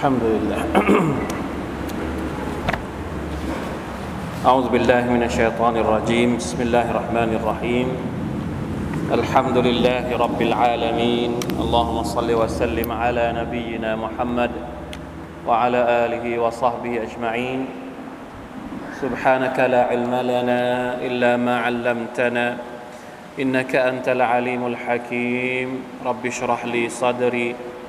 الحمد لله أعوذ بالله من الشيطان الرجيم بسم الله الرحمن الرحيم الحمد لله رب العالمين اللهم صل وسلم على نبينا محمد وعلى آله وصحبه أجمعين سبحانك لا علم لنا إلا ما علمتنا إنك أنت العليم الحكيم رب اشرح لي صدري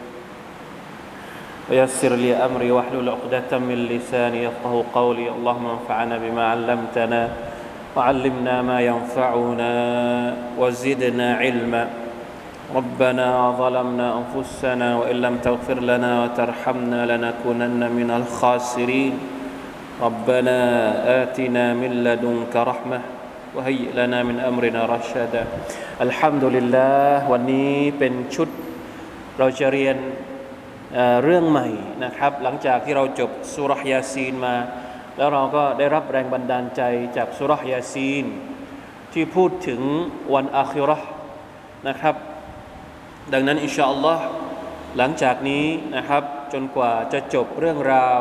ويسر لي أمري واحلل عقدة من لساني يفقهوا قولي اللهم انفعنا بما علمتنا وعلمنا ما ينفعنا وزدنا علما ربنا ظلمنا أنفسنا وإن لم تغفر لنا وترحمنا لنكونن من الخاسرين ربنا آتنا من لدنك رحمة وهيئ لنا من أمرنا رشدا الحمد لله วันนี้เป็นชุดเราจะเรียนเรื่องใหม่นะครับหลังจากที่เราจบซูเราะห์ยาซีนมาแล้วเราก็ได้รับแรงบันดาลใจจากซูเราะห์ยาซีนที่พูดถึงวันอาคิเราะห์นะครับดังนั้นอินชาอัลลอฮ์หลังจากนี้นะครับจนกว่าจะจบเรื่องราว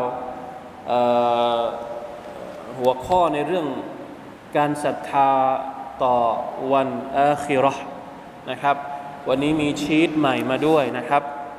หัวข้อในเรื่องการศรัทธาต่อวันอาคิเราะห์นะครับวันนี้มีชีทใหม่มาด้วยนะครับ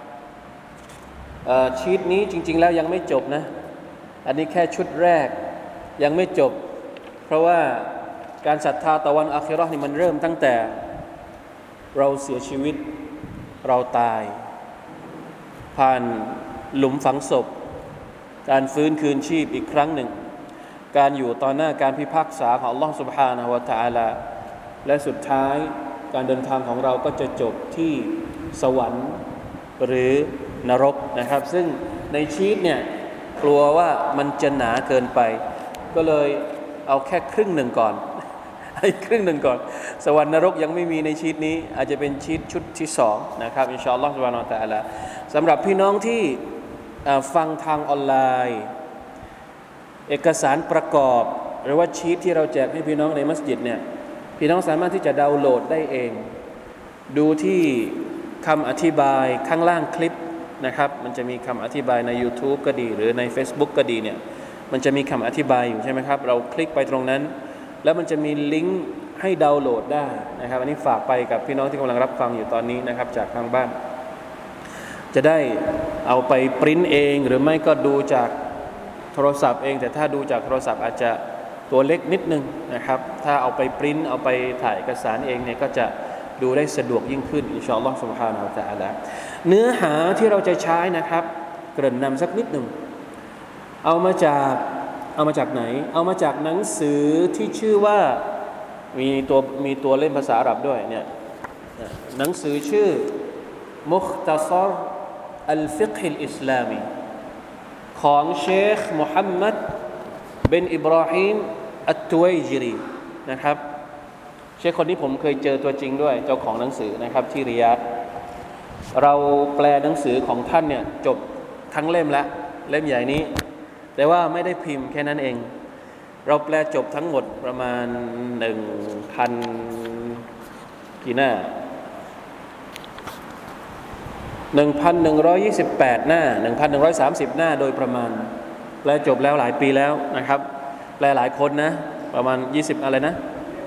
ชีทนี้จริงๆแล้วยังไม่จบนะอันนี้แค่ชุดแรกยังไม่จบเพราะว่าการศรัทธาต่อวันอาคิเราะห์นี่มันเริ่มตั้งแต่เราเสียชีวิตเราตายผ่านหลุมฝังศพการฟื้นคืนชีพอีกครั้งหนึ่งการอยู่ต่อหน้าการพิพากษาของอัลลอฮฺ سبحانه และ تعالى และสุดท้ายการเดินทางของเราก็จะจบที่สวรรค์หรือนรกนะครับซึ่งในชีทเนี่ยกลัวว่ามันจะหนาเกินไปก็เลยเอาแค่ครึ่งหนึ่งก่อนให้ครึ่งหนึ่งก่อนสวรรค์นรกยังไม่มีในชีทนี้อาจจะเป็นชีทชุดที่สองนะครับอินชาอัลลอฮฺ سبحانه และ تعالى สำหรับพี่น้องที่ฟังทางออนไลน์เอกสารประกอบหรือว่าชีทที่เราแจกให้พี่น้องในมัสยิดเนี่ยพี่น้องสามารถที่จะดาวน์โหลดได้เองดูที่คำอธิบายข้างล่างคลิปนะครับมันจะมีคำอธิบายใน YouTube ก็ดีหรือใน Facebook ก็ดีเนี่ยมันจะมีคำอธิบายอยู่ใช่ไหมครับเราคลิกไปตรงนั้นแล้วมันจะมีลิงก์ให้ดาวน์โหลดได้นะครับอันนี้ฝากไปกับพี่น้องที่กำลังรับฟังอยู่ตอนนี้นะครับจากทางบ้านจะได้เอาไปปริ้นเองหรือไม่ก็ดูจากโทรศัพท์เองแต่ถ้าดูจากโทรศัพท์อาจจะตัวเล็กนิดนึงนะครับถ้าเอาไปปริ้นเอาไปถ่ายเอกสารเองเนี่ยก็จะดูได้สะดวกยิ่งขึ้นอินชาอัลลอฮฺ سبحانه และ تعالى เนื้อหาที่เราจะใช้นะครับเกริ่นนำสักนิดหนึ่งเอามาจากไหนเอามาจากหนังสือที่ชื่อว่ามีตัวเล่มภาษาอาหรับด้วยเนี่ยหนังสือชื่อมุคตัศรอัลฟิกฮ์อัลอิสลามีของเชคมุฮัมมัดบินอิบราฮิมอัตตุวัยจิรีนะครับเชคคนนี้ผมเคยเจอตัวจริงด้วยเจ้าของหนังสือนะครับที่ริยาดเราแปลหนังสือของท่านเนี่ยจบทั้งเล่มละเล่มใหญ่นี้แต่ว่าไม่ได้พิมพ์แค่นั้นเองเราแปลจบทั้งหมดประมาณ 1,000 กี่หน้า 1,128 หน้า 1,130 หน้าโดยประมาณแปลจบแล้วหลายปีแล้วนะครับแปลหลายคนนะประมาณ20อะไรนะ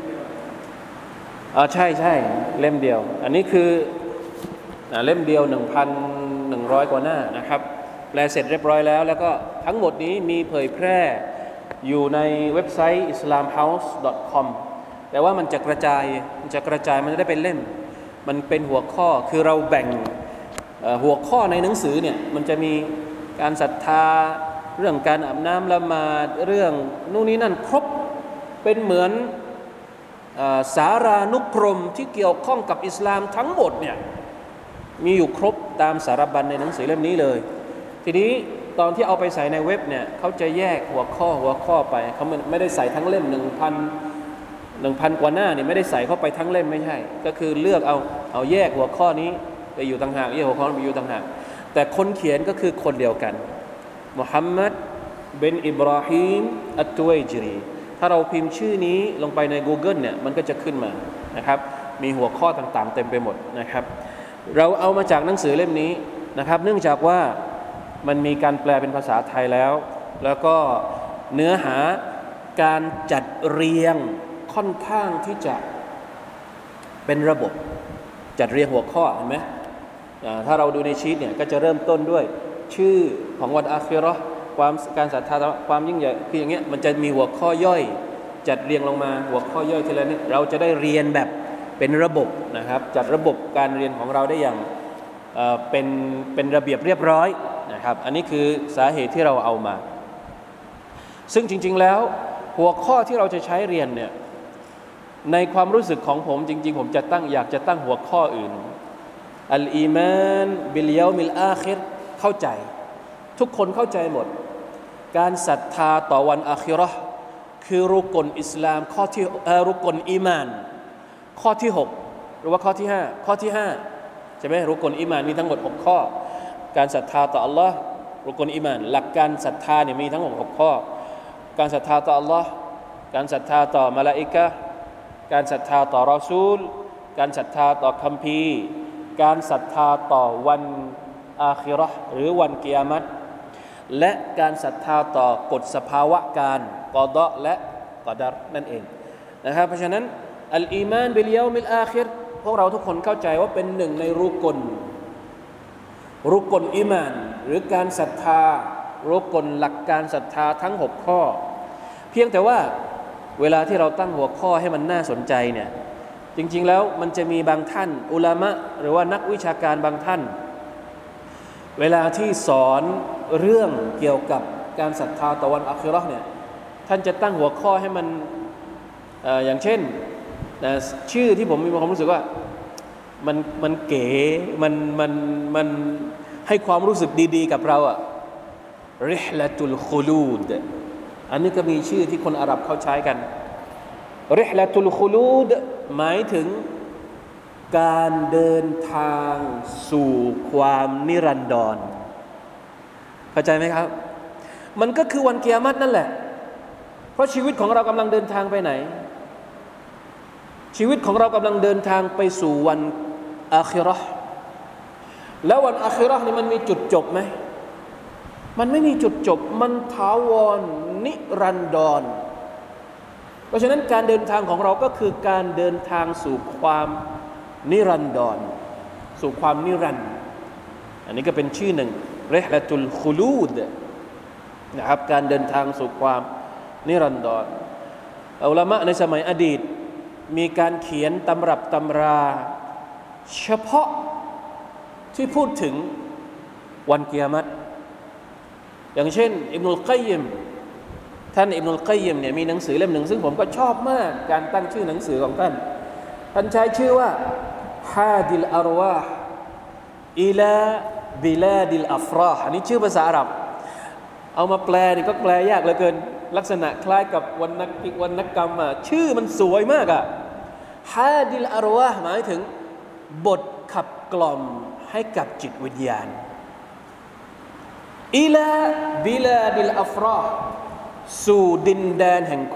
ใช่เล่มเดียวอันนี้คือเล่มเดียว 1,100 กว่าหน้านะครับแปลเสร็จเรียบร้อยแล้วแล้วก็ทั้งหมดนี้มีเผยแพร่อยู่ในเว็บไซต์ islamhouse.com แต่ว่ามันจะกระจายมันจะได้เป็นเล่มมันเป็นหัวข้อคือเราแบ่งหัวข้อในหนังสือเนี่ยมันจะมีการศรัทธาเรื่องการอาบน้ำละหมาดเรื่องนู่นนี่นั่นครบเป็นเหมือนสารานุกรมที่เกี่ยวข้องกับอิสลามทั้งหมดเนี่ยมีอยู่ครบตามสารบัญในหนังสือเล่มนี้เลยทีนี้ตอนที่เอาไปใส่ในเว็บเนี่ยเขาจะแยกหัวข้อไปเขาไม่ได้ใส่ทั้งเล่ม 1,000 กว่าหน้านี่ไม่ได้ใส่เข้าไปทั้งเล่มไม่ใช่ก็คือเลือกเอาแยกหัวข้อนี้ไปอยู่ต่างหากแยกหัวข้อไปอยู่ต่างหากแต่คนเขียนก็คือคนเดียวกันมุฮัมมัดบินอิบราฮิมอัตตุวัยจิรีถ้าเราพิมพ์ชื่อนี้ลงไปใน Google เนี่ยมันก็จะขึ้นมานะครับมีหัวข้อต่างๆเต็มไปหมดนะครับเราเอามาจากหนังสือเล่มนี้นะครับเนื่องจากว่ามันมีการแปลเป็นภาษาไทยแล้วแล้วก็เนื้อหาการจัดเรียงค่อนข้างที่จะเป็นระบบจัดเรียงหัวข้อเห็นไหมถ้าเราดูในชีทเนี่ยก็จะเริ่มต้นด้วยชื่อของวันอาคิเราะห์ความการศรัทธาความยิ่งใหญ่คืออย่างเงี้ยมันจะมีหัวข้อย่อยจัดเรียงลงมาหัวข้อย่อยทีละนิดเราจะได้เรียนแบบเป็นระบบนะครับจัดระบบการเรียนของเราได้อย่างเป็นระเบียบเรียบร้อยนะครับอันนี้คือสาเหตุที่เราเอามาซึ่งจริงๆแล้วหัวข้อที่เราจะใช้เรียนเนี่ยในความรู้สึกของผมจริงๆผมอยากจะตั้งหัวข้ออื่นอัลอีมานบิลยอมิลอาคิรเข้าใจทุกคนเข้าใจหมดการศรัทธาต่อวันอาคิเราะห์คือรุกลอิสลามข้อที่รุกลอีมานข้อที่6หรือว่าข้อที่5ข้อที่5ใช่ไหมรุกลอีมานมีทั้งหมด6ข้อการศรัทธาต่ออัลลอฮ์รุกลอีมานหลักการศรัทธาเนี่ยมีทั้งหมด6ข้อการศรัทธาต่ออัลลอฮ์การศรัทธาต่อมลาอิกะฮ์การศรัทธาต่อรอซูลการศรัทธาต่อคัมภีร์การศรัทธาต่อวันอาคิเราะห์หรือวันกิยามะฮ์และการศรัทธาต่อกฎสภาวะการกอฎอและกอดัรนั่นเองนะครับเพราะฉะนั้นอัลอีมานบิลยอมิลอาคิรพวกเราทุกคนเข้าใจว่าเป็นหนึ่งในรุกลอีมานหรือการศรัทธารุกลหลักการศรัทธาทั้ง6ข้อเพียงแต่ว่าเวลาที่เราตั้งหัวข้อให้มันน่าสนใจเนี่ยจริงๆแล้วมันจะมีบางท่านอุลามะหรือว่านักวิชาการบางท่านเวลาที่สอนเรื่องเกี่ยวกับการศรัทธาต่อวันอาคิเราะห์เนี่ยท่านจะตั้งหัวข้อให้มันอย่างเช่นชื่อที่ผมมีความรู้สึกว่ามันเก๋มันให้ความรู้สึกดีๆกับเราอะริฮละตุลคุลูดอันนี้ก็มีชื่อที่คนอาหรับเขาใช้กันริฮละตุลคุลูดหมายถึงการเดินทางสู่ความนิรันดรเข้าใจไหมครับมันก็คือวันกิยามะฮ์นั่นแหละเพราะชีวิตของเรากำลังเดินทางไปไหนชีวิตของเรากำลังเดินทางไปสู่วันอาคิเราะห์แล้ววันอาคิเราะห์นี่มันมีจุดจบไหมมันไม่มีจุดจบมันถาวรนิรันดรเพราะฉะนั้นการเดินทางของเราก็คือการเดินทางสู่ความนิรันดรสู่ความนิรันดร์อันนี้ก็เป็นชื่อหนึ่งริฮละตุลคุลูดนะครับการเดินทางสู่ความนิรันดรอุลามะในสมัยอดีตมีการเขียนตำรับตำราเฉพาะที่พูดถึงวันกิยามะฮ์อย่างเช่นอิบนุลกัยยิมท่านอิบนุลกัยยิมเนี่ยมีหนังสือเล่มหนึ่งซึ่งผมก็ชอบมากการตั้งชื่อหนังสือของท่านใช้ชื่อว่าฮาดิลอารวาห์อิลาบิลาดิลอัฟราห์อันนี้ชื่อภาษาอาหรับเอามาแปลนี่ก็แปลยากเหลือเกินลักษณะคล้ายกับวรรณกรรมชื่อมันสวยมากฮาดิลอารวาห์หมายถึงบทขับกล่อมให้กับจิตวิญญาณอิลาบิลาดิลอัฟราห์สู่ดินแดนแห่ง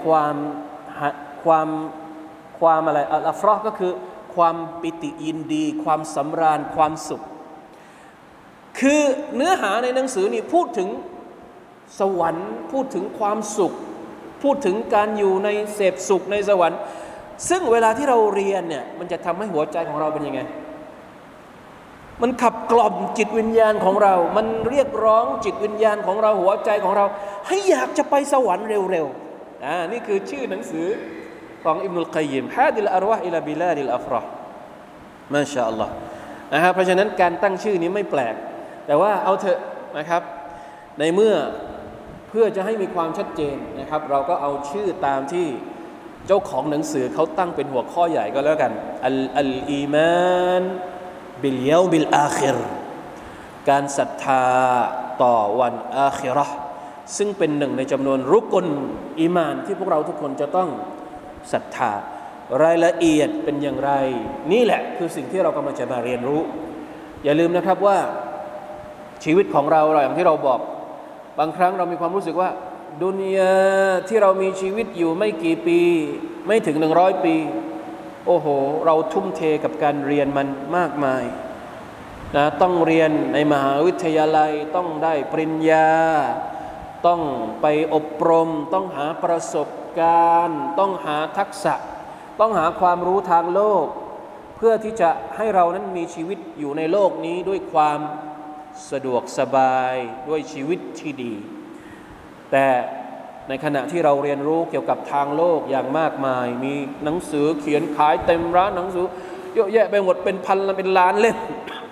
ความอะไรอัฟราห์ก็คือความปิติยินดีความสำราญความสุขคือเนื้อหาในหนังสือนี่พูดถึงสวรรค์พูดถึงความสุขพูดถึงการอยู่ในเสพสุขในสวรรค์ซึ่งเวลาที่เราเรียนเนี่ยมันจะทำให้หัวใจของเราเป็นยังไงมันขับกล่อมจิตวิญญาณของเรามันเรียกร้องจิตวิญญาณของเราหัวใจของเราให้อยากจะไปสวรรค์เร็วๆนี่คือชื่อหนังสือของอิบนุลกัยยิมฮาดิลอารวาห์อิลาบิลาดิลอัฟราห์มาชาอัลลอฮ์นะครับเพราะฉะนั้นการตั้งชื่อนี้ไม่แปลกแต่ว่าเอาเถอะนะครับในเมื่อเพื่อจะให้มีความชัดเจนนะครับเราก็เอาชื่อตามที่เจ้าของหนังสือเขาตั้งเป็นหัวข้อใหญ่ก็แล้วกันอัลอีมานบิลยอมิลอาคิรการศรัทธาต่อวันอาคิเราะห์ซึ่งเป็นหนึ่งในจำนวนรุกลอีมานที่พวกเราทุกคนจะต้องศรัทธารายละเอียดเป็นอย่างไรนี่แหละคือสิ่งที่เรากำลังจะมาเรียนรู้อย่าลืมนะครับว่าชีวิตของเราอย่างที่เราบอกบางครั้งเรามีความรู้สึกว่าดุนยาที่เรามีชีวิตอยู่ไม่กี่ปีไม่ถึง100 ปีโอ้โหเราทุ่มเทกับการเรียนมันมากมายนะต้องเรียนในมหาวิทยาลัยต้องได้ปริญญาต้องไปอบรมต้องหาประสบการณ์ต้องหาทักษะต้องหาความรู้ทางโลกเพื่อที่จะให้เรานั้นมีชีวิตอยู่ในโลกนี้ด้วยความสะดวกสบายด้วยชีวิตที่ดีแต่ในขณะที่เราเรียนรู้เกี่ยวกับทางโลกอย่างมากมายมีหนังสือเขียนขายเต็มร้านหนังสือเยอะแยะไปหมดเป็นพันเป็นล้านเล่ม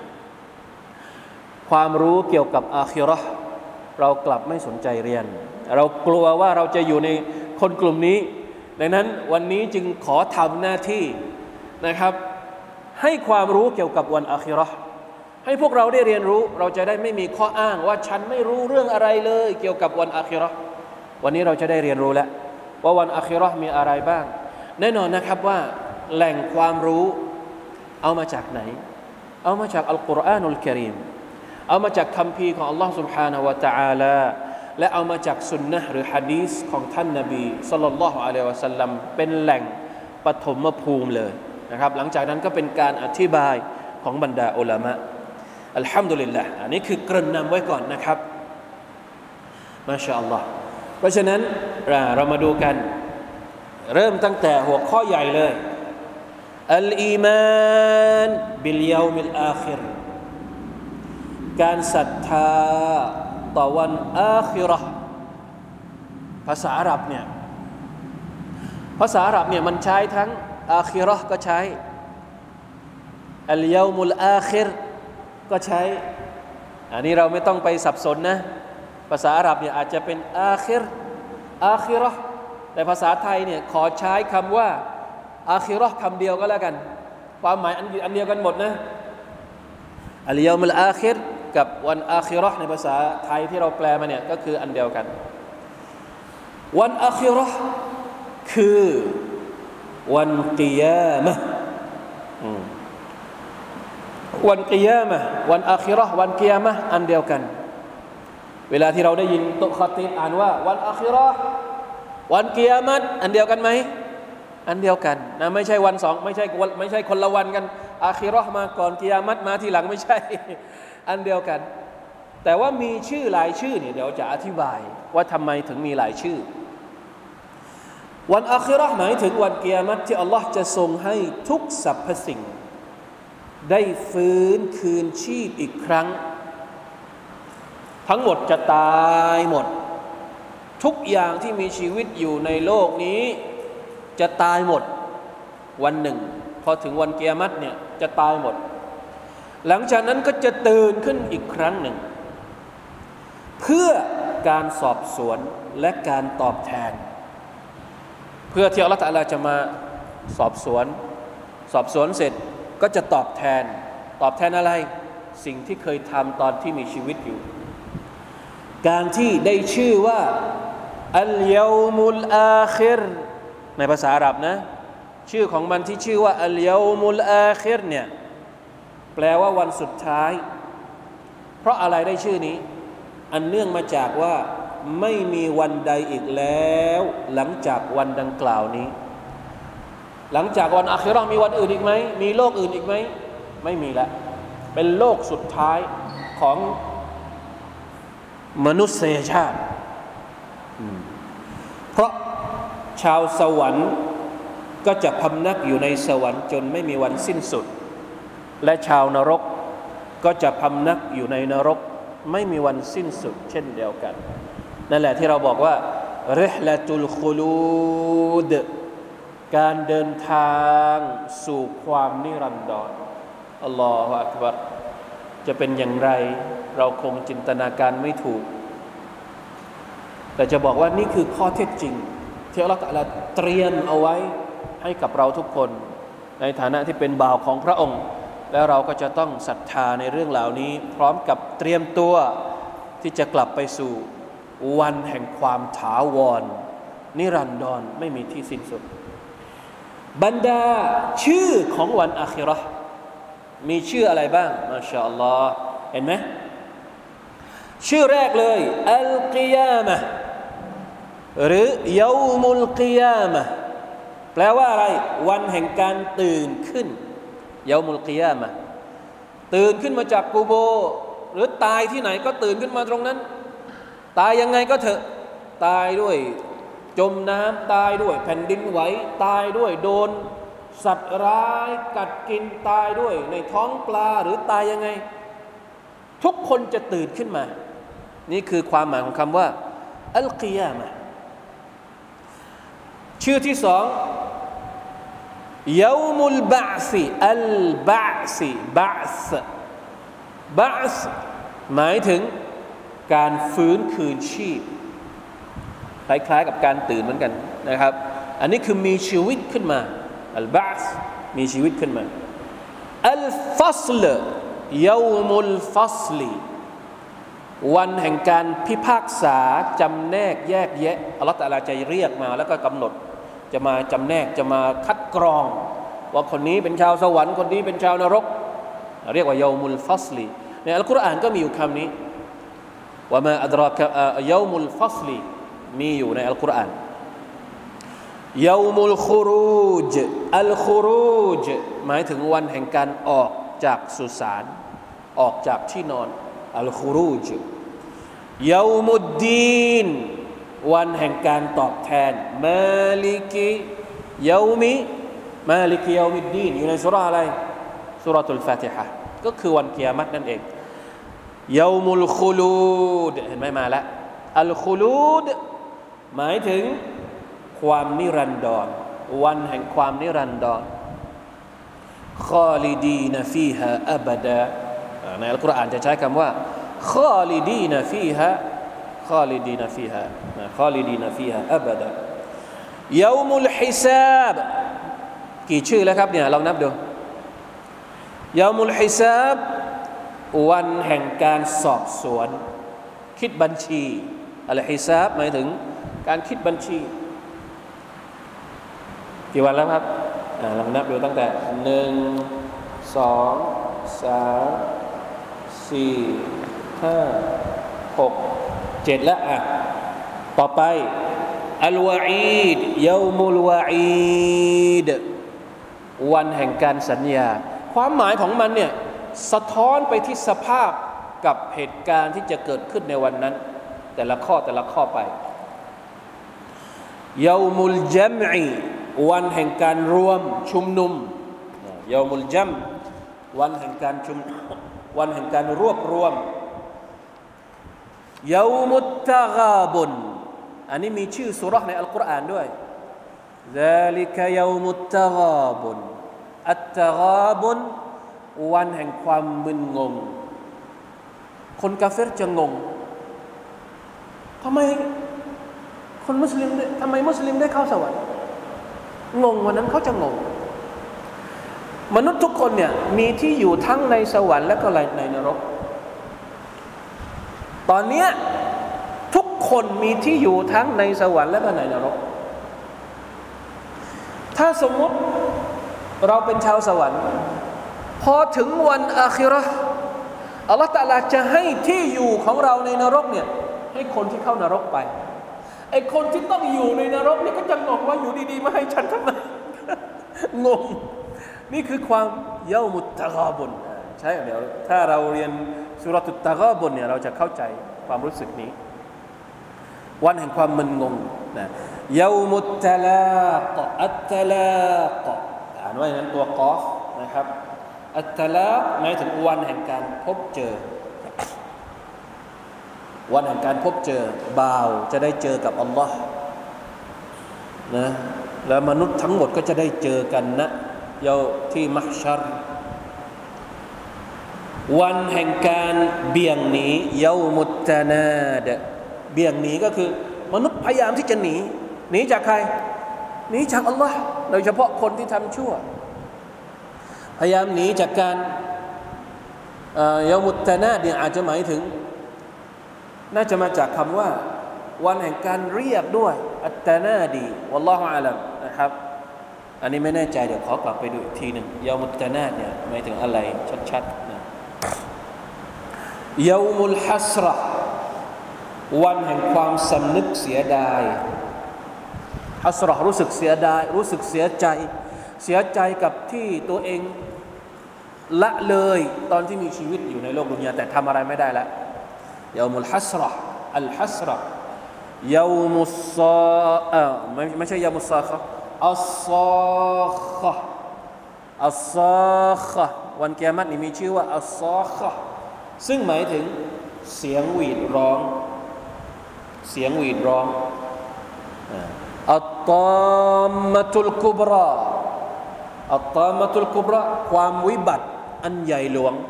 ความรู้เกี่ยวกับอาคิเราะห์เรากลับไม่สนใจเรียนเรากลัวว่าเราจะอยู่ในคนกลุ่มนี้ดังนั้นวันนี้จึงขอทำหน้าที่นะครับให้ความรู้เกี่ยวกับวันอาคิเราะห์ให้พวกเราได้เรียนรู้เราจะได้ไม่มีข้ออ้างว่าฉันไม่รู้เรื่องอะไรเลยเกี่ยวกับวันอาคิเราะห์วันนี้เราจะได้เรียนรู้แล้วว่าวันอาคิเราะห์มีอะไรบ้างแน่นอนนะครับว่าแหล่งความรู้เอามาจากไหนเอามาจากอัลกุรอานุลกะรีมเอามาจากคัมภีร์ของ Allah سبحانه และ تعالى และเอามาจากสุนนะห์หรือหะดีษของท่านนบีศ็อลลัลลอฮุอะลัยฮิวะซัลลัมเป็นแหล่งปฐมภูมิเลยนะครับหลังจากนั้นก็เป็นการอธิบายของบรรดาอุลามะอัลฮัมดุลิลละห์อันนี้คือเกริ่นนำไว้ก่อนนะครับมาชาอัลลอฮ์เพราะฉะนั้นเรามาดูกันเริ่มตั้งแต่หัวข้อใหญ่เลยอัลอีมานบิลยอมิลอาคิรการศรัทธาต่อวันอาคิเราะห์ภาษาอาหรับเนี่ยมันใช้ทั้งอาคิเราะห์ก็ใช้อัลยอมุลอาคิรก็ใช้อันนี้เราไม่ต้องไปสับสนนะภาษาอาหรับเนี่ยอาจจะเป็นอาคิเราะห์แต่ภาษาไทยเนี่ยขอใช้คำว่าอาคิเราะห์คำเดียวก็แล้วกันความหมายอันเดียวกันหมดนะอัลยอมุลอาคิรกับวันอาคิเราะห์ในภาษาไทยที่เราแปลมาเนี่ยก็คืออันเดียวกันวันอาคิเราะห์คือวันกิยามะห์วันกิยามะห์วันอาคิเราะห์วันกิยามะห์อันเดียวกันเวลาที่เราได้ยินโต๊ะคอตีบอ่านว่าวันอาคิเราะห์วันกิยามะห์อันเดียวกันไหมอันเดียวกันนะไม่ใช่วันสองไม่ใช่คนละวันกันอาคิเราะห์มาก่อนกิยามะห์มาทีหลังไม่ใช่อันเดียวกันแต่ว่ามีชื่อหลายชื่อเนี่ยเดี๋ยวจะอธิบายว่าทำไมถึงมีหลายชื่อวันอาคิเราะห์หมายถึงวันกิยามะห์ที่อัลลอฮ์จะทรงให้ทุกสรรพสิ่งได้ฟื้นคืนชีพอีกครั้งทั้งหมดจะตายหมดทุกอย่างที่มีชีวิตอยู่ในโลกนี้จะตายหมดวันหนึ่งพอถึงวันกิยามะห์เนี่ยจะตายหมดหลังจากนั้นก็จะตื่นขึ้นอีกครั้งหนึ่งเพื่อการสอบสวนและการตอบแทนเพื่อที่อัลเลาะห์ตะอาลาจะมาสอบสวนเสร็จก็จะตอบแทนอะไรสิ่งที่เคยทำตอนที่มีชีวิตอยู่การที่ได้ชื่อว่าอัลยอมุลอาคิรในภาษาอาหรับนะชื่อของมันที่ชื่อว่าอัลยอมุลอาคิรเนี่ยแปลว่าวันสุดท้ายเพราะอะไรได้ชื่อนี้อันเนื่องมาจากว่าไม่มีวันใดอีกแล้วหลังจากวันดังกล่าวนี้หลังจากวันอาคิเราะห์มีวันอื่นอีกไหมมีโลกอื่นอีกไหมไม่มีละเป็นโลกสุดท้ายของมนุษยชาติเพราะชาวสวรรค์ก็จะพำนักอยู่ในสวรรค์จนไม่มีวันสิ้นสุดและชาวนรกก็จะพำนักอยู่ในนรกไม่มีวันสิ้นสุดเช่นเดียวกันนั่นแหละที่เราบอกว่าริห์ละตุลคุลูดการเดินทางสู่ความนิรันดรอัลลอฮฺอักบัรจะเป็นอย่างไรเราคงจินตนาการไม่ถูกแต่จะบอกว่านี่คือข้อเท็จจริงที่อัลลอฮฺตะอาลาเตรียมเอาไว้ให้กับเราทุกคนในฐานะที่เป็นบ่าวของพระองค์แล้วเราก็จะต้องศรัทธาในเรื่องเหล่านี้พร้อมกับเตรียมตัวที่จะกลับไปสู่วันแห่งความถาวรนิรันดรไม่มีที่สิ้นสุดบรรดาชื่อของวันอาคิเราะห์มีชื่ออะไรบ้างมาชาอัลลอฮ์เห็นไหมชื่อแรกเลยอัลกิยามะห์หรือยอมุลกิยามะห์แปลว่าอะไรวันแห่งการตื่นขึ้นยอมุลกิยามะห์ตื่นขึ้นมาจากกูโบร์หรือตายที่ไหนก็ตื่นขึ้นมาตรงนั้นตายยังไงก็เถอะตายด้วยจมน้ำตายด้วยแผ่นดินไหวตายด้วยโดนสัตว์ร้ายกัดกินตายด้วยในท้องปลาหรือตายยังไงทุกคนจะตื่นขึ้นมานี่คือความหมายของคำว่าอัลกิยามะห์ชื่อที่สองยามุลบะซิอัลบะซิบะซบะซหมายถึงการฟื้นคืนชีพคล้ายๆกับการตื่นเหมือนกันนะครับอันนี้คือมีชีวิตขึ้นมาอัลบะซมีชีวิตขึ้นมาอัลฟัศลยามุลฟัศลีวันแห่งการพิพากษาจำแนกแยกแยะอัลเลาะห์ตะอาลาจะเรียกมาแล้วก็กำหนดจะมาจำแนกจะมาคัดกรองว่าคนนี้เป็นชาวสวรรค์คนนี้เป็นชาวนรกเรียกว่ายามุลฟัศลีในอัลกุรอานก็มีอยู่คำนี้ว่ามาอัดรอกะยามุลฟัศลีมีอยู่ในอัลกุรอานยามุลคุรูจอัลคุรูจหมายถึงวันแห่งการออกจากสุสานออกจากที่นอนอัลคุรูจยามุดดีนวันแห่งการตอบแทนมาลิกิยามิมาลิกิยามิดดีนอยู่ในซูเราะห์อะไรซูเราะตุลฟาติฮะห์ก็คือวันกิยามะฮ์นั่นเองยามุลคุลูดเห็นไหมมาแล้วอัลคุลูดหมายถึงความนิรันดรวันแห่งความนิรันดรคอลิดีนฟีฮาอับดาในอัลกุรอานจะใช้คำว่าคอลิดีนฟีฮาคอลิดีนฟีฮาคอลิดีนฟีฮาอับดายามุลฮิซาบกี่ชื่อแล้วครับเนี่ยลองนับดูยามุลฮิซาบวันแห่งการสอบสวนคิดบัญชีอัลฮิซาบหมายถึงการคิดบัญชีกี่วันแล้วครับลองนับดูตั้งแต่1 2 3 4 5 6 7แล้วต่อไปอัลวะอีดยามุลวะอีดวันแห่งการสัญญาความหมายของมันเนี่ยสะท้อนไปที่สภาพกับเหตุการณ์ที่จะเกิดขึ้นในวันนั้นแต่ละข้อไปยามุลจัมอีวันแห่งการรวมชุมนุมยามุลจัมวันแห่งการชุมวันแห่งการรวบรวมยามุตตะกาบุนอันนี้มีชื่อซูเราะห์ในอัลกุรอานด้วย ذلك يوم التغابن อัตตะกาบุนวันแห่งความมึนงงคนกาเฟรจะงงทำไมคนมุสลิมทำไมมุสลิมได้เข้าสวรรค์งงวันนั้นเขาจะงงมนุษย์ทุกคนเนี่ยมีที่อยู่ทั้งในสวรรค์และก็ในนรกตอนนี้ทุกคนมีที่อยู่ทั้งในสวรรค์และก็ในนรกถ้าสมมุติเราเป็นชาวสวรรค์พอถึงวันอาคิเราะห์อัลเลาะห์ตะอาลาจะให้ที่อยู่ของเราในนรกเนี่ยให้คนที่เข้านรกไปไอ้คนที่ต้องอยู่ในนรกนี่ก็จะงงว่าอยู่ดีๆมาให้ฉันทำไมงงนี่คือความยามุตตะกาบุนใช่เดี๋ยวถ้าเราเรียนซูเราะตุตตะกาบุนเนี่ยเราจะเข้าใจความรู้สึกนี้วันแห่งความมึนงงนะยามุตตะลากอัตตะลากอ่านว่าอย่างนั้นตัวกอฟนะครับอัตตะลาหมายถึงวันแห่งการพบเจอวันแห่งการพบเจอบ่าวจะได้เจอกับอัลลอฮ์นะแล้วมนุษย์ทั้งหมดก็จะได้เจอกันนะเยาที่มัฮชัรวันแห่งการเบี่ยงหนีเยามุตตะนาดเบี่ยงหนีก็คือมนุษย์พยายามที่จะหนีจากใครหนีจากอัลลอฮ์โดยเฉพาะคนที่ทำชั่วพยายามหนีจากการเยามุตตะนาดเนี่ยอาจจะหมายถึงน่าจะมาจากคำว่าวันแห่งการเรียกด้วยอัตตะนาดีวัลลอฮุอาลัมนะครับอันนี้ไม่แน่ใจเดี๋ยวขอกลับไปดูอีกทีหนึ่งยามุตตะนาดเนี่ยหมายถึงอะไรชัดๆนะยามุลฮัสเราะห์วันแห่งความสำนึกเสียดายฮัสเราะห์รู้สึกเสียดายรู้สึกเสียใจกับที่ตัวเองละเลยตอนที่มีชีวิตอยู่ในโลกดุนยาแต่ทำอะไรไม่ได้แล้วยามุลฮัสเราะห์อัลฮัสเราะห์ยามุสซาไม่ใช่ยามุสซาคะอัสซาคะอัสซาคะวันกิยามะฮ์นี่มีชื่อว่าอัสซาคะซึ่งหมายถึงเสียงหวีดร้องเสียงหวีดร้องอัตตามมะตุลกุบราอัตตามมะตุลกุบราความวิบัติอันใหญ่หลวง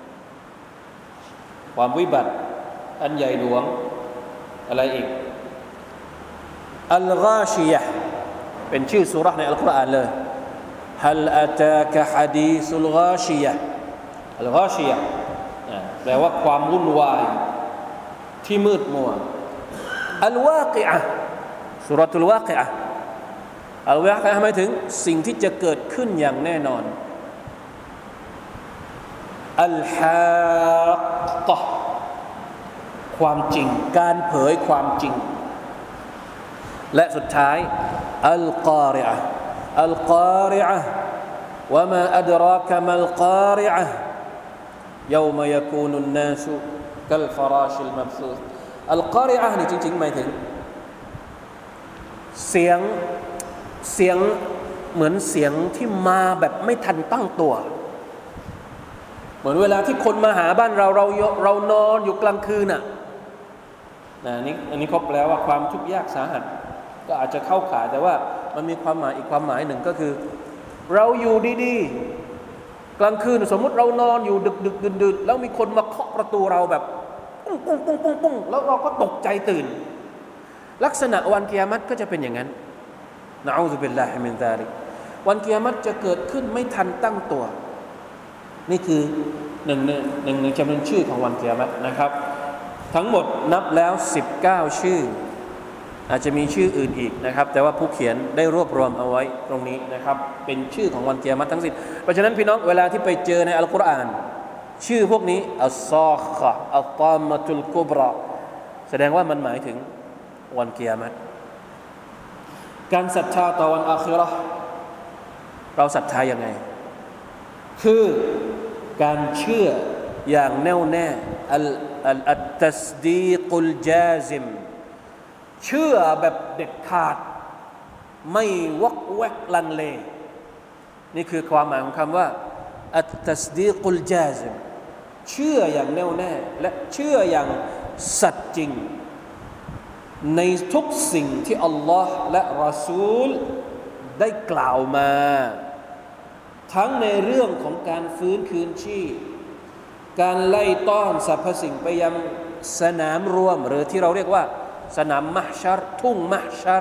ความวิบัติอันใหญ่หลวงอะไรอีกอัลฆาชิยะห์เป็นชื่อซูเราะห์ในอัลกุรอานเลยฮัลอะตากะฮะดีซุลฆาชิยะห์อัลฆาชิยะห์แปลว่าความวุ่นวายที่มืดมัวอัลวากิอะห์ซูเราะตุลวากิอะห์อัลวากิอะห์หมายถึงสิ่งที่จะเกิดขึ้นอย่างแน่นอนอัลฮากกะห์ความจริงการเผยความจริงและสุดท้ายอัลกอริอะห์อัลกอริอะห์วะมาอัดรากะมัลกอริอะห์يوم يكون الناس كالفراش المبثوث อัลกอริอะห์นี่จริงๆหมายถึงเสียงเหมือนเสียงที่มาแบบไม่ทันตั้งตัวเหมือนเวลาที่คนมาหาบ้านเรานอนอยู่กลางคืนน่ะอันนี้เขาแปลว่าความทุกข์ยากสาหัสก็อาจจะเข้าข่ายแต่ว่ามันมีความหมายอีกความหมายหนึ่งก็คือเราอยู่ดีๆกลางคืนสมมุติเรานอนอยู่ดึกๆดื่นๆแล้วมีคนมาเคาะประตูเราแบบปุ้งปุ้งปุ้งปุ้งปุ้งแล้วเราก็ตกใจตื่นลักษณะวันกิยามะฮ์ก็จะเป็นอย่างนั้นนะอูซุบิลลาฮิมินซาลิกวันกิยามะฮ์จะเกิดขึ้นไม่ทันตั้งตัวนี่คือหนึ่งจำนวนชื่อของวันกิยามะฮ์นะครับทั้งหมดนับแล้ว19ชื่ออาจจะมีชื่ออื่นอีกนะครับแต่ว่าผู้เขียนได้รวบรวมเอาไว้ตรงนี้นะครับเป็นชื่อของวันกิยามะฮ์ทั้งสิ้นเพราะฉะนั้นพี่น้องเวลาที่ไปเจอในอัลกุรอานชื่อพวกนี้อัสซาฆะอัตตามะตุลกุบราแสดงว่ามันหมายถึงวันกิยามะฮ์การศรัทธาต่อวันอาคิเราะห์เราศรัทธายังไงคือการเชื่ออย่างแน่วแน่อัตตัสดีกุลญาซิมเชื่อแบบเด็ดขาดไม่วอกแวกลังเลนี่คือความหมายของคำว่าอัตตัสดีกุลญาซิมเชื่ออย่างแน่วแน่และเชื่ออย่างสัตย์จริงในทุกสิ่งที่อัลลอฮ์และรอซูลได้กล่าวมาทั้งในเรื่องของการฟื้นคืนชีพการไล่ต้อนสรรพสิ่งไปยังสนามรวมหรือที่เราเรียกว่าสนามมหชัรทุ่งมหชัร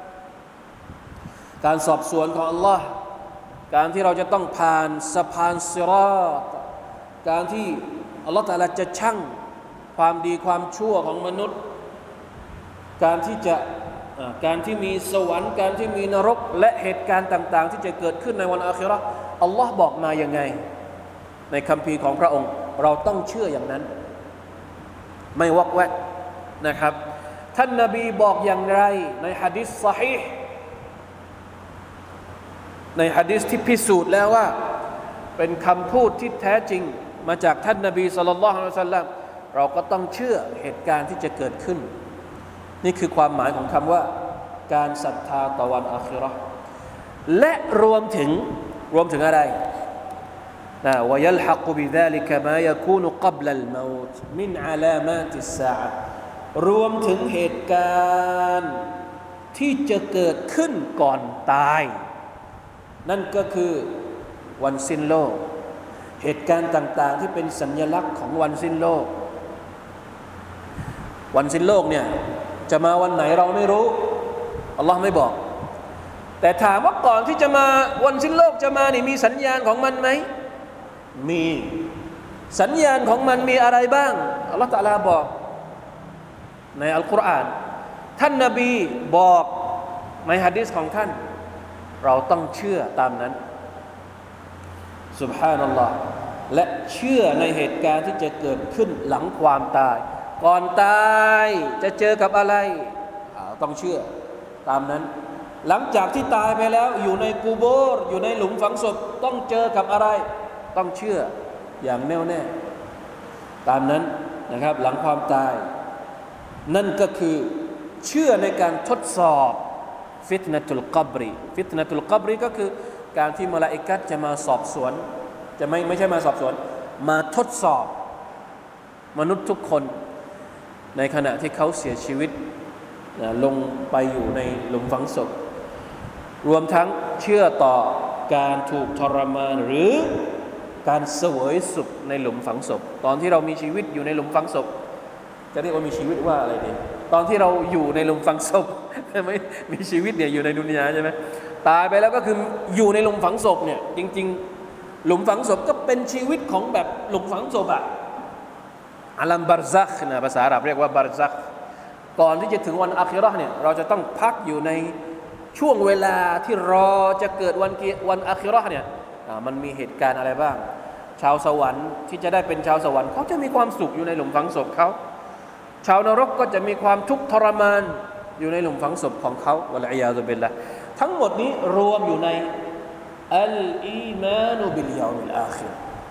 การสอบสวนของอัลลอฮ์การที่เราจะต้องผ่านสะพานซิรอฏการที่อัลลอฮ์ตะอาลาจะชั่งความดีความชั่วของมนุษย์การที่มีสวรรค์การที่มีนรกและเหตุการณ์ต่างๆที่จะเกิดขึ้นในวันอาคิเราะห์อัลลอฮ์บอกมายังไงในคัมภีร์ของพระองค์เราต้องเชื่ออย่างนั้นไม่วอกแวกนะครับท่านนบีบอกอย่างไรในหะดีษซอฮีห์ในหะดีษที่พิสูจน์แล้วว่าเป็นคำพูดที่แท้จริงมาจากท่านนบีศ็อลลัลลอฮุอะลัยฮิวะซัลลัมเราก็ต้องเชื่อเหตุการณ์ที่จะเกิดขึ้นนี่คือความหมายของคำว่าการศรัทธาต่อวันอาคิเราะห์และรวมถึงอะไรويلحق بذلك ما يكون قبل الموت من علامات الساعة รวมถึงเหตุการณ์ที่จะเกิดขึ้นก่อนตายนั่นก็คือวันสิ้นโลกเหตุการณ์ต่างๆที่เป็นสัญลักษณ์ของวันสิ้นโลกวันสิ้นโลกเนี่ยจะมาวันไหนเราไม่รู้อัลลอฮ์ไม่บอกแต่ถามว่าก่อนที่จะมาวันสิ้นโลกจะมานี่มีสัญญาณของมันไหมมีสัญญาณของมันมีอะไรบ้างอัลลอฮฺตะอาลาบอกในอัลกุรอานท่านนบีบอกในหะดีษของท่านเราต้องเชื่อตามนั้นซุบฮานัลลอฮ์และเชื่อในเหตุการณ์ที่จะเกิดขึ้นหลังความตายก่อนตายจะเจอกับอะไรต้องเชื่อตามนั้นหลังจากที่ตายไปแล้วอยู่ในกูโบร์อยู่ในหลุมฝังศพต้องเจอกับอะไรต้องเชื่ออย่างแน่วแน่ตามนั้นนะครับหลังความตายนั่นก็คือเชื่อในการทดสอบฟิตนะตุลกับรีฟิตนะตุลกับรีก็คือการที่มลาอิกัตจะมาสอบสวนจะไม่ใช่มาสอบสวนมาทดสอบมนุษย์ทุกคนในขณะที่เขาเสียชีวิตลงไปอยู่ในหลุมฝังศพรวมทั้งเชื่อต่อการถูกทรมานหรือการเสวยสุขในหลุมฝังศพตอนที่เรามีชีวิตอยู่ในหลุมฝังศพจะเรียกว่ามีชีวิตว่าอะไรดีตอนที่เราอยู่ในหลุมฝังศพไม่มีชีวิตเนี่ยอยู่ในดุนยาใช่ไหมตายไปแล้วก็คืออยู่ในหลุมฝังศพเนี่ยจริงๆหลุมฝังศพก็เป็นชีวิตของแบบหลุมฝังศพอะอัลลัมบาร์ซักนะภาษาอาหรับเรียกว่าบาร์ซักก่อนที่จะถึงวันอาคิเราะห์เนี่ยเราจะต้องพักอยู่ในช่วงเวลาที่รอจะเกิดวันอาคิเราะห์เนี่ยมันมีเหตุการณ์อะไรบ้างชาวสวรรค์ที่จะได้เป็นชาวสวรรค์เขาจะมีความสุขอยู่ในหลุมฝังศพเขาชาวนรกก็จะมีความทุกข์ทรมานอยู่ในหลุมฝังศพของเขาวะลัยยาซุบิลละห์ทั้งหมดนี้รวมอยู่ในอัลอีมานุบิลยอมิลอาคิร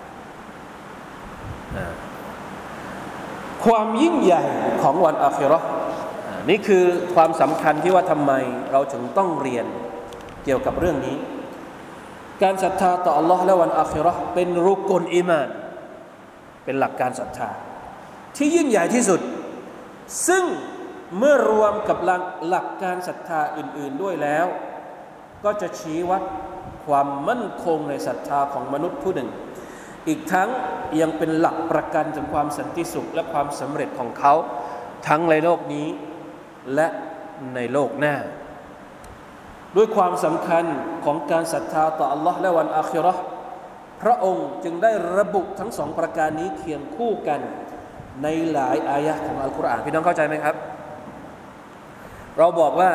ความยิ่งใหญ่ของวันอาคิเราะห์นี่คือความสำคัญที่ว่าทำไมเราถึงต้องเรียนเกี่ยวกับเรื่องนี้การศรัทธาต่อ Allah และวันอาคิเราะห์เป็นรุกนอีมานเป็นหลักการศรัทธาที่ยิ่งใหญ่ที่สุดซึ่งเมื่อรวมกับหลักการศรัทธาอื่นๆด้วยแล้วก็จะชี้วัดความมั่นคงในศรัทธาของมนุษย์ผู้หนึ่งอีกทั้งยังเป็นหลักประกันถึงความสันติสุขและความสำเร็จของเขาทั้งในโลกนี้และในโลกหน้าด้วยความสำคัญของการศรัทธาต่อ Allah และวันอาคิเราะห์พระองค์จึงได้ระบุทั้งสองประการนี้เคียงคู่กันในหลายอายะห์ของอัลกุรอานพี่น้องเข้าใจไหมครับเราบอกว่า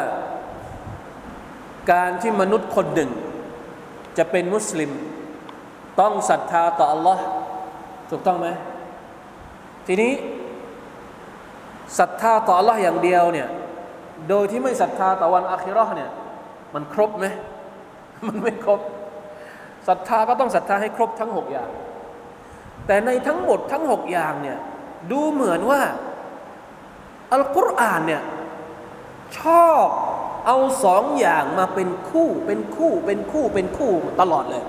การที่มนุษย์คนหนึ่งจะเป็นมุสลิมต้องศรัทธาต่อ Allah ถูกต้องไหมทีนี้ศรัทธาต่อ Allah อย่างเดียวเนี่ยโดยที่ไม่ศรัทธาต่อวันอาคิเราะห์เนี่ยมันครบไหมมันไม่ครบศรัทธาก็ต้องศรัทธาให้ครบทั้ง6อย่างแต่ในทั้งหมดทั้ง6อย่างเนี่ยดูเหมือนว่าอัลกุรอานเนี่ยชอบเอา2อย่างมาเป็นคู่ตลอดเลย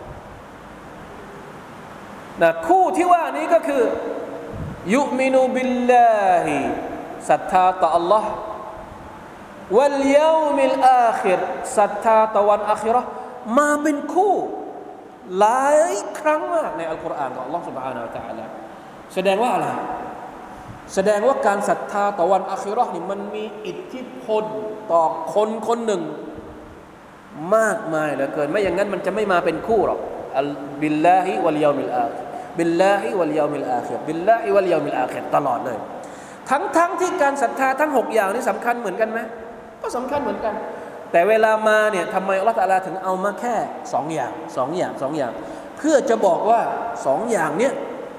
นะคู่ที่ว่านี้ก็คือยุมินุบิลลาฮิศรัทธาต่อ Allah วัลยอมิลอาคิรศรัทธาต่อวันอาคิเราะห์มาเป็นคู่หลายครั้งมากในอัลกุรอานของ Allah Subhanahu Wa Taala แสดงว่าอะไรแสดงว่าการศรัทธาต่อวันอาคิเราะห์นี่มันมีอิทธิพลต่อคนคนหนึ่งมากมายเหลือเกินไม่อย่างนั้นมันจะไม่มาเป็นคู่หรอกบิลลาฮิวัลยอมิลอาคิรบิลลาฮิวัลยอมิลอาคิรบิลลาฮิวัลยอมิลอาคิรตลอดเลยทั้งที่การศรัทธาทั้ง6อย่างนี้สำคัญเหมือนกันไหมก็สำคัญเหมือนกันแต่เวลามาเนี่ยทำไมอัลเลาะห์ตะอาลาถึงเอามาแค่2อย่างเพื่อจะบอกว่า2อย่างเนี้ย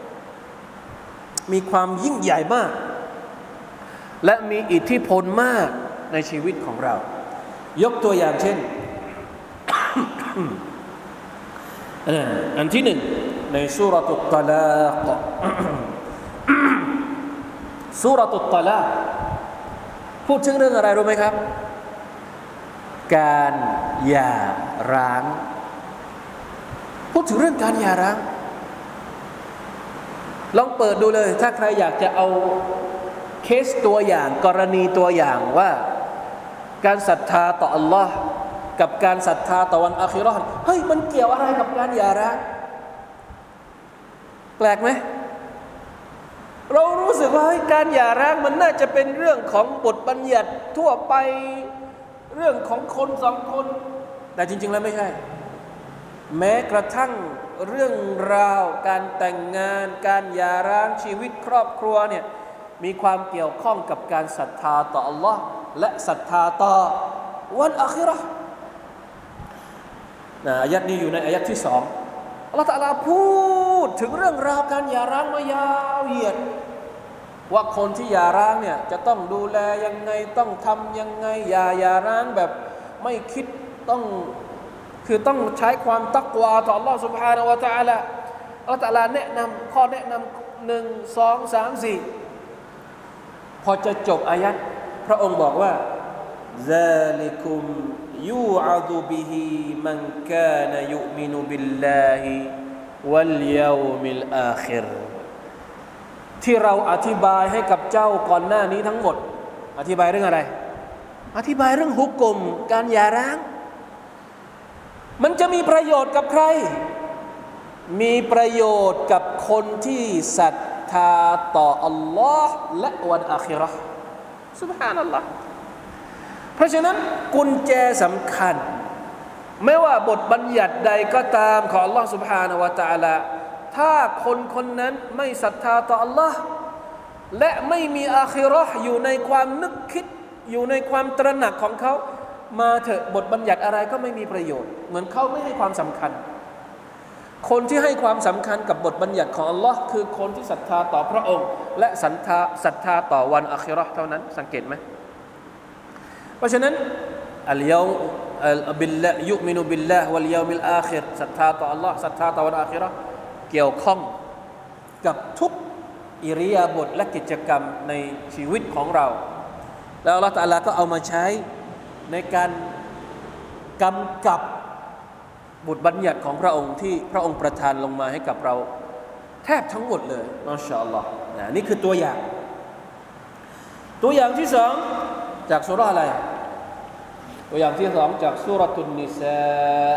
มีความยิ่งใหญ่มากและมีอิทธิพลมากในชีวิตของเรายกตัวอย่างเช่น อันที่หนึ่งในซูเราะตุตตะลาก ซูเราะตุตตะลากพูดถึงเรื่องอะไรรู้ไหมครับการหย่าร้างพูดถึงเรื่องการหย่าร้างลองเปิดดูเลยถ้าใครอยากจะเอาเคสตัวอย่างกรณีตัวอย่างว่าการศรัทธาต่อ Allah กับการศรัทธาต่อวันอาคิเราะห์เฮ้ยมันเกี่ยวอะไรกับการหย่าร้างแปลกไหมเรารู้สึกว่าการหย่าร้างมันน่าจะเป็นเรื่องของบทบัญญัติทั่วไปเรื่องของคน2คนแต่จริงๆแล้วไม่ใช่แม้กระทั่งเรื่องราวการแต่งงานการหย่าร้างชีวิตครอบครัวเนี่ยมีความเกี่ยวข้องกับการศรัทธาต่อ Allah และศรัทธาต่อวันอาคิเราะห์อายัดนี้อยู่ในอายัดที่2อัลเลาะห์ตะอาลาพูดถึงเรื่องราวการหย่าร้างมายาวเหยียดว่าคนที่หย่าร้างเนี่ยจะต้องดูแลยังไงต้องทำยังไงหย่าร้างแบบไม่คิดต้องใช้ความตักวาต่อ Allah Subhanahu Wa Taala อัลลอฮฺตะอาลาแนะนำข้อแนะนำหนึ่งสองสามสี่พอจะจบอายัดพระองค์บอกว่า ذلكم يوعظ به من كان يؤمن بالله واليوم الآخر ที่เราอธิบายให้กับเจ้าก่อนหน้านี้ทั้งหมดอธิบายเรื่องอะไรอธิบายเรื่องฮุกกลมการหย่าร้างมันจะมีประโยชน์กับใครมีประโยชน์กับคนที่ศรัทธาต่ออัลลอฮ์และวันอาคิเราะห์ซุบฮานัลลอฮ์เพราะฉะนั้นกุญแจสำคัญไม่ว่าบทบัญญัติใดก็ตามของอัลลอฮ์ซุบฮานะฮูวะตะอาลาถ้าคนคนนั้นไม่ศรัทธาต่ออัลลอฮ์และไม่มีอาคิเราะห์อยู่ในความนึกคิดอยู่ในความตระหนักของเขามาเถอะบทบัญญัติอะไรก็ไม่มีประโยชน์เหมือนเขาไม่ให้ความสำคัญคนที่ให้ความสำคัญกับบทบัญญัติของอัลลอฮ์คือคนที่ศรัทธาต่อพระองค์และศรัทธาต่อวันอาคิเราะห์เท่านั้นสังเกตไหมเพราะฉะนั้นอัลยอมบิลละยุมินุบิลลาห์วัลยอมิลอาคิรศรัทธาต่ออัลลอฮ์ศรัทธาต่อวันอาคิเราะห์เกี่ยวข้องกับทุกอิริยาบถและกิจกรรมในชีวิตของเราแล้วอัลลอฮฺตะอาลาก็เอามาใช้ในการกำกับบทบัญญัติของพระองค์ที่พระองค์ประทานลงมาให้กับเราแทบทั้งหมดเลยมาชาอัลลอฮ์นี่คือตัวอย่างที่สองจากซูเราะห์อะไรตัวอย่างที่สองจากซูเราะตุนนิสา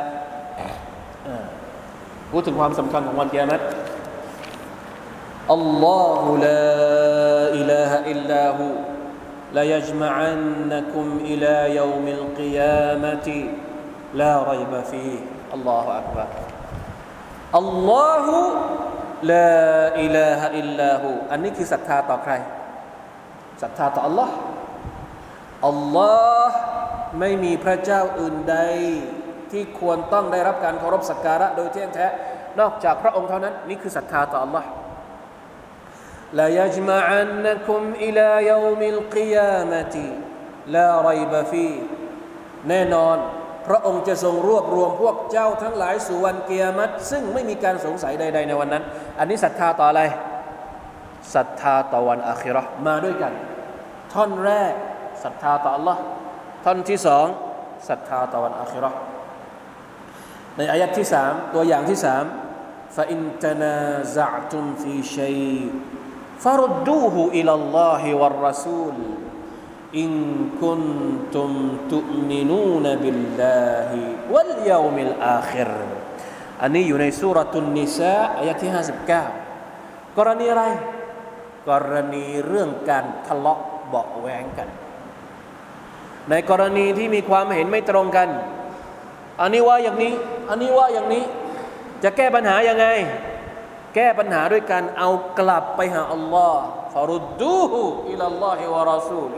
พูดถึงความสำคัญของวันกิยามะฮ์อัลลอฮุลาอิลาฮะอิลลาฮูليجمعنكم إلى يوم القيامة لا ريب فيه الله أكبر الله لا إله إلا هو อันนี้คือศรัทธาต่อใครศรัทธาต่อ Allah Allah ไม่มีพระเจ้าอื่นใดที่ควรต้องได้รับการเคารพสักการะโดยแท้แท้นอกจากพระองค์เท่านั้นนี่คือศรัทธาต่อ Allah لا يجمعنكم إلى يوم القيامة لا ريب فيه แน่นอนพระองค์จะทรงรวบรวมพวกเจ้าทั้งหลายสู่วันกิยามะฮ์ซึ่งไม่มีการสงสัยใดๆในวันนั้นอันนี้ศรัทธาต่ออะไรศรัทธาต่อวันอาคิเราะห์มาด้วยกันท่อนแรกศรัทธาต่อ Allah ท่อนที่สองศรัทธาต่อวันอาคิเราะห์ในอายะห์ที่สามตัวอย่างที่สาม فإن تنازعتم في شيء فردوه إلى الله والرسول إن كنتم تؤمنون بالله واليوم الآخر อันนี้อยู่ในซูเราะตุนนิสาอายะที่59กรณีอะไรกรณีเรื่องการทะเลาะเบาะแว้งกันในกรณีที่มีความเห็นไม่ตรงกันอันนี้ว่าอย่างนี้อันนี้ว่าอย่างนี้จะแก้ปัญหายังไงแก้ปัญหาด้วยการเอากลับไปหาอัลลอฮ์ฟารุดดูฮุอิลัลลอฮิวะรอซูล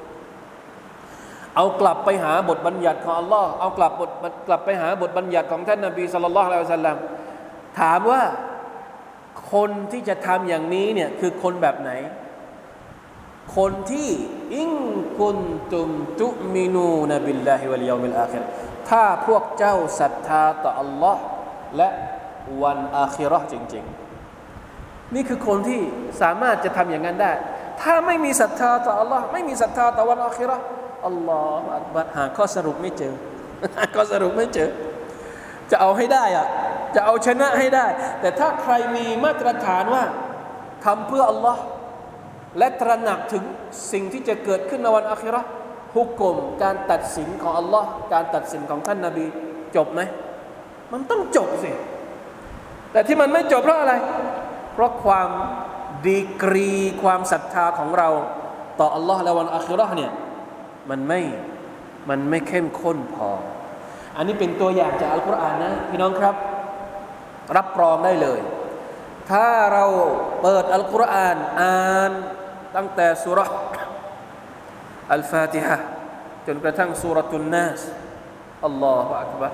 เอากลับไปหาบทบัญญัติของอัลลอฮ์เอากลับไปหาบทบัญญัติของท่านนบีศ็อลลัลลอฮุอะลัยฮิวะซัลลัมถามว่าคนที่จะทำอย่างนี้เนี่ยคือคนแบบไหนคนที่อินกุนตุมตุมินูนบิลลาฮิวัลยอมิลอาคิรถ้าพวกเจ้าศรัทธาต่ออัลลอฮ์และวันอาคิเราะห์จริงๆนี่คือคนที่สามารถจะทำอย่างนั้นได้ถ้าไม่มีศรัทธาต่ออัลลอฮ์ไม่มีศรัทธาต่อวันอาคิเราะห์อัลลอฮฺอักบัรหาข้อสรุปไม่เจอข้อสรุปไม่เจอจะเอาให้ได้อะจะเอาชนะให้ได้แต่ถ้าใครมีมาตรฐานว่าทำเพื่ออัลลอฮ์และตระหนักถึงสิ่งที่จะเกิดขึ้นในวันอาคิเราะห์ฮุกมการตัดสินของอัลลอฮ์การตัดสินของท่านนบีจบไหมมันต้องจบสิแต่ที่มันไม่จบเพราะอะไรเพราะความดีกรีความศรัทธาของเราต่ออัลลอฮ์และวันอาคิเราะห์เนี่ยมันไม่เข้มข้นพออันนี้เป็นตัวอย่างจากอัลกุรอานนะพี่น้องครับรับรองได้เลยถ้าเราเปิดอัลกุรอานอ่านตั้งแต่ซูเราะห์อัลฟาติฮะห์จนกระทั่งซูเราะตุนนาสอัลลอฮฺอักบัร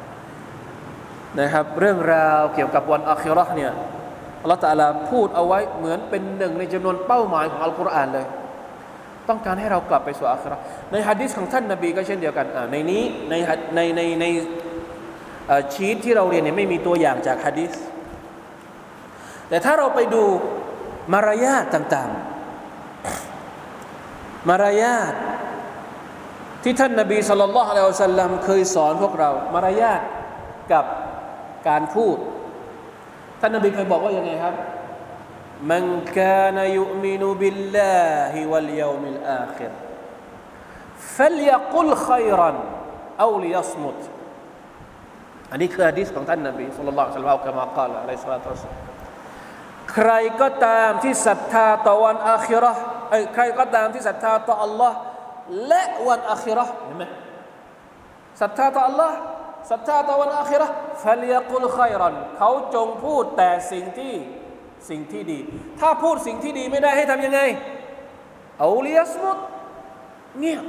นะครับเรื่องราวเกี่ยวกับวันอาคิเราะห์เนี่ยอัลเลาะห์ตะอาลาพูดเอาไว้เหมือนเป็นหนึ่งในจำนวนเป้าหมายของอัลกุรอานเลยต้องการให้เรากลับไปสู่อาคิเราะห์ในหะดีษของท่านนบีก็เช่นเดียวกันในนี้ในชีทที่เราเรียนเนี่ยไม่มีตัวอย่างจากหะดีษแต่ถ้าเราไปดูมารยาทต่างๆมารยาทที่ท่านนบีศ็อลลัลลอฮุอะลัยฮิวะซัลลัมเคยสอนพวกเรามารยาทกับการพูดท่านนบีเคยบอกว่ายังไงครับมันกานยุมินุบิลลาฮิวัลยอมิลอาคิรفليقل خيرا أو ليصمت อันนี้คือหะดีษของท่านนบีศ็อลลัลลอฮุอะลัยฮิวะซัลลัมกะมาقالอะลัยฮิสซอลาตุวัสสลามใครก็ตามที่ศรัทธาต่อวันอาคิเราะห์ใครก็ตามที่ศรัทธาต่ออัลลอฮ์และวันอาคิเราะห์เห็นไหมศรัทธาต่ออัลลอฮ์ศรัทธาต่อวันอาคิเราะห์ฟัลยะกุลค็อยรันเขาจงพูดแต่สิ่งที่ดีถ้าพูดสิ่งที่ดีไม่ได้ให้ทำยังไงเอาลิยัสมุตเงียบ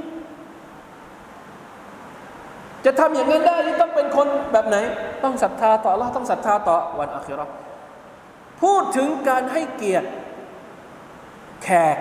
จะทำอย่างนั้นได้ต้องเป็นคนแบบไหนต้องศรัทธาต่ออัลลอฮ์ต้องศรัทธาต่อวันอาคิเราะห์พูดถึงการให้เกียรติแขก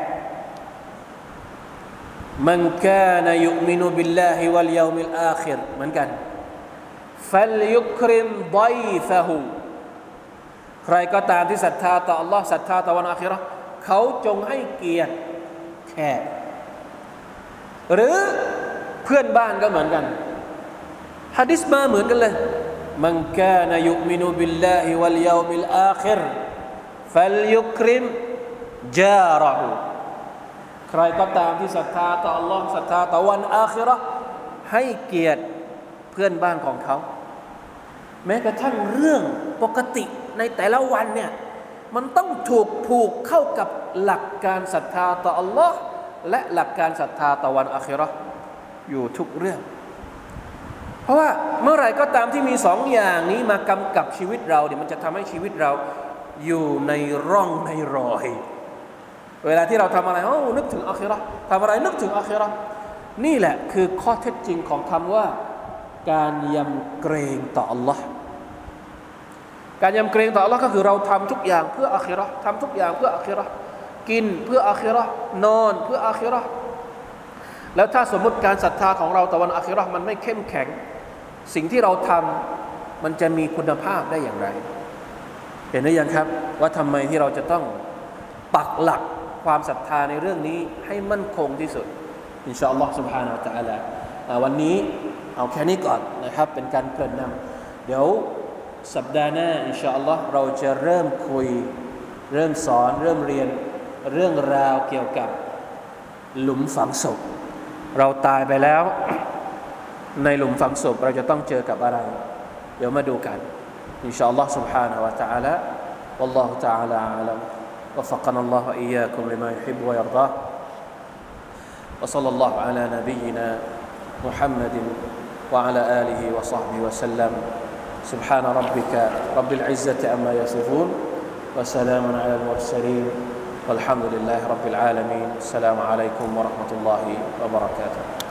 มันกานยุมินุบิลลาฮิวัลยอมิลอาคิรเหมือนกันฟัลยุคริมฎอยฟะฮูใครก็ตามที่ศรัทธาต่ออัลลอฮ์ศรัทธาต่อวันอาคิเราะห์เขาจงให้เกียรติแขกหรือเพื่อนบ้านก็เหมือนกันหะดีษมาเหมือนกันเลยมันกานยุมินุบิลลาฮิวัลยอมิลอาคิรฟัลยุคริมจาระฮูใครก็ตามที่ศรัทธาต่ออัลลอฮ์ศรัทธาต่อวันอาคิเราะห์ให้เกียรติเพื่อนบ้านของเขาแม้กระทั่งเรื่องปกติในแต่ละวันเนี่ยมันต้องถูกผูกเข้ากับหลักการศรัทธาต่ออัลลอฮ์และหลักการศรัทธาต่อวันอาคิเราะห์อยู่ทุกเรื่องเพราะว่าเมื่อไหร่ก็ตามที่มีสองอย่างนี้มากำกับชีวิตเราเนี่ยมันจะทำให้ชีวิตเราอยู่ในร่องในรอยเวลาที่เราทำอะไรนึกถึงอาคิเราะห์ทำอะไรนึกถึงอาคิเราะห์นี่แหละคือข้อเท็จจริงของคำว่าการยำเกรงต่ออัลลอฮ์การยำเกรงต่ออัลลอฮ์ก็คือเราทำทุกอย่างเพื่ออาคิเราะห์ทำทุกอย่างเพื่ออาคิเราะห์กินเพื่ออาคิเราะห์นอนเพื่ออาคิเราะห์แล้วถ้าสมมติการศรัทธาของเราต่อวันอาคิเราะห์มันไม่เข้มแข็งสิ่งที่เราทำมันจะมีคุณภาพได้อย่างไรเห็นหรือยังครับว่าทำไมที่เราจะต้องปักหลักความศรัทธาในเรื่องนี้ให้มั่นคงที่สุดอินชาอัลลอฮ์ سبحانه และ تعالى วันนี้เอาแค่นี้ก่อนนะครับเป็นการเกริ่นนำเดี๋ยวสัปดาห์หน้าอินชาอัลลอฮ์เราจะเริ่มคุยเริ่มสอนเริ่มเรียนเรื่องราวเกี่ยวกับหลุมฝังศพเราตายไปแล้วในหลุมฝังศพเราจะต้องเจอกับอะไรเดี๋ยวมาดูกันอินชาอัลลอฮ์ سبحانه และ تعالى والله تعالى أعلم وفقنا الله وإياكم لما يحب ويرضاه وصلى الله على نبينا محمد وعلى آله وصحبه وسلم سبحان ربك رب العزة عما يصفون وسلام على المرسلين والحمد لله رب العالمين السلام عليكم ورحمة الله وبركاته